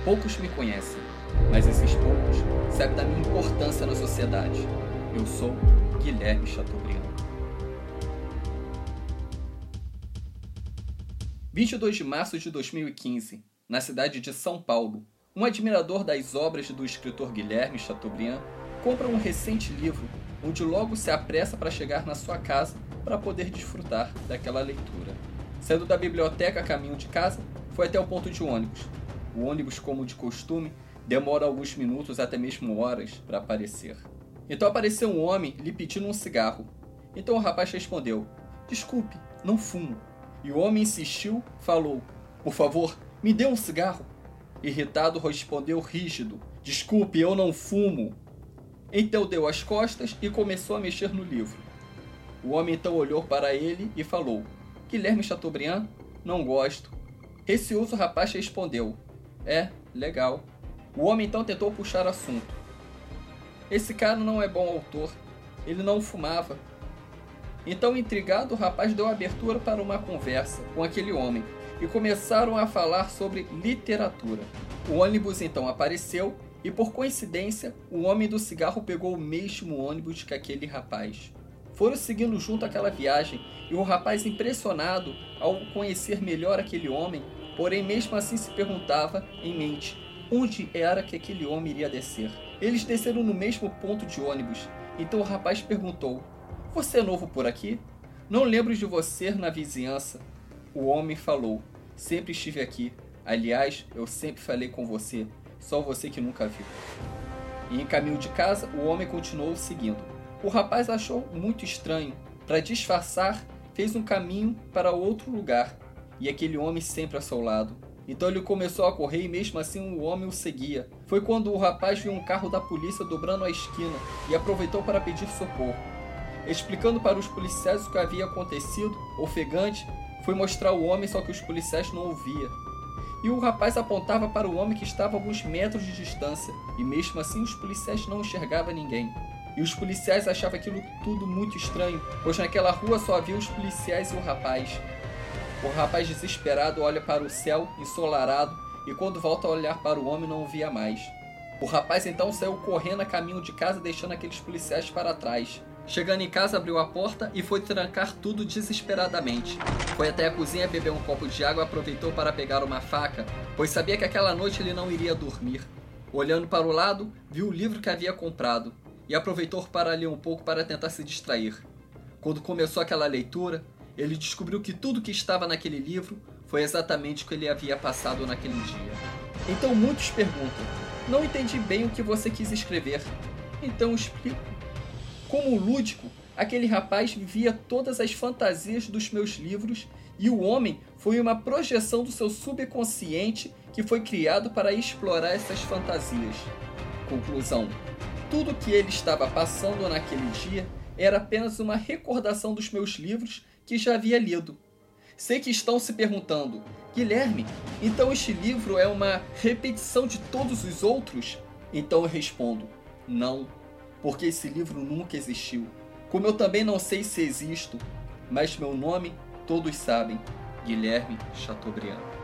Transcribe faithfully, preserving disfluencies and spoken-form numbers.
Poucos me conhecem, mas esses poucos sabem da minha importância na sociedade. Eu sou Guilherme Chateaubriand. vinte e dois de março de dois mil e quinze, na cidade de São Paulo, um admirador das obras do escritor Guilherme Chateaubriand compra um recente livro, onde logo se apressa para chegar na sua casa para poder desfrutar daquela leitura. Saindo da biblioteca a caminho de casa, foi até o ponto de ônibus. O ônibus, como de costume, demora alguns minutos, até mesmo horas, para aparecer. Então apareceu um homem lhe pedindo um cigarro. Então o rapaz respondeu: "Desculpe, não fumo." E o homem insistiu, falou: "Por favor, me dê um cigarro." Irritado, respondeu rígido: "Desculpe, eu não fumo." Então deu as costas e começou a mexer no livro. O homem então olhou para ele e falou: "Guilherme Chateaubriand? Não gosto." Receoso, o rapaz respondeu: "É, legal." O homem então tentou puxar assunto. "Esse cara não é bom autor. Ele não fumava." Então, intrigado, o rapaz deu abertura para uma conversa com aquele homem e começaram a falar sobre literatura. O ônibus então apareceu e, por coincidência, o homem do cigarro pegou o mesmo ônibus que aquele rapaz. Foram seguindo junto aquela viagem e o rapaz, impressionado ao conhecer melhor aquele homem, porém mesmo assim se perguntava em mente onde era que aquele homem iria descer. Eles desceram no mesmo ponto de ônibus. Então o rapaz perguntou: "Você é novo por aqui? Não lembro de você na vizinhança." O homem falou: "Sempre estive aqui. Aliás, eu sempre falei com você. Só você que nunca viu." E em caminho de casa, o homem continuou seguindo. O rapaz achou muito estranho. Para disfarçar, fez um caminho para outro lugar. E aquele homem sempre ao seu lado. Então ele começou a correr e mesmo assim o homem o seguia. Foi quando o rapaz viu um carro da polícia dobrando a esquina e aproveitou para pedir socorro. Explicando para os policiais o que havia acontecido, ofegante, foi mostrar o homem, só que os policiais não ouviam. E o rapaz apontava para o homem que estava a alguns metros de distância, e mesmo assim os policiais não enxergavam ninguém. E os policiais achavam aquilo tudo muito estranho, pois naquela rua só havia os policiais e o rapaz. O rapaz, desesperado, olha para o céu ensolarado e quando volta a olhar para o homem não o via mais. O rapaz então saiu correndo a caminho de casa, deixando aqueles policiais para trás. Chegando em casa, abriu a porta e foi trancar tudo desesperadamente. Foi até a cozinha beber um copo de água e aproveitou para pegar uma faca, pois sabia que aquela noite ele não iria dormir. Olhando para o lado, viu o livro que havia comprado e aproveitou para ler um pouco para tentar se distrair. Quando começou aquela leitura, ele descobriu que tudo que estava naquele livro foi exatamente o que ele havia passado naquele dia. Então muitos perguntam: "Não entendi bem o que você quis escrever." Então explico. Como lúdico, aquele rapaz vivia todas as fantasias dos meus livros e o homem foi uma projeção do seu subconsciente que foi criado para explorar essas fantasias. Conclusão: tudo que ele estava passando naquele dia era apenas uma recordação dos meus livros que já havia lido. Sei que estão se perguntando: "Guilherme, então este livro é uma repetição de todos os outros?" Então eu respondo: não, porque esse livro nunca existiu. Como eu também não sei se existo, mas meu nome todos sabem: Guilherme Chateaubriand.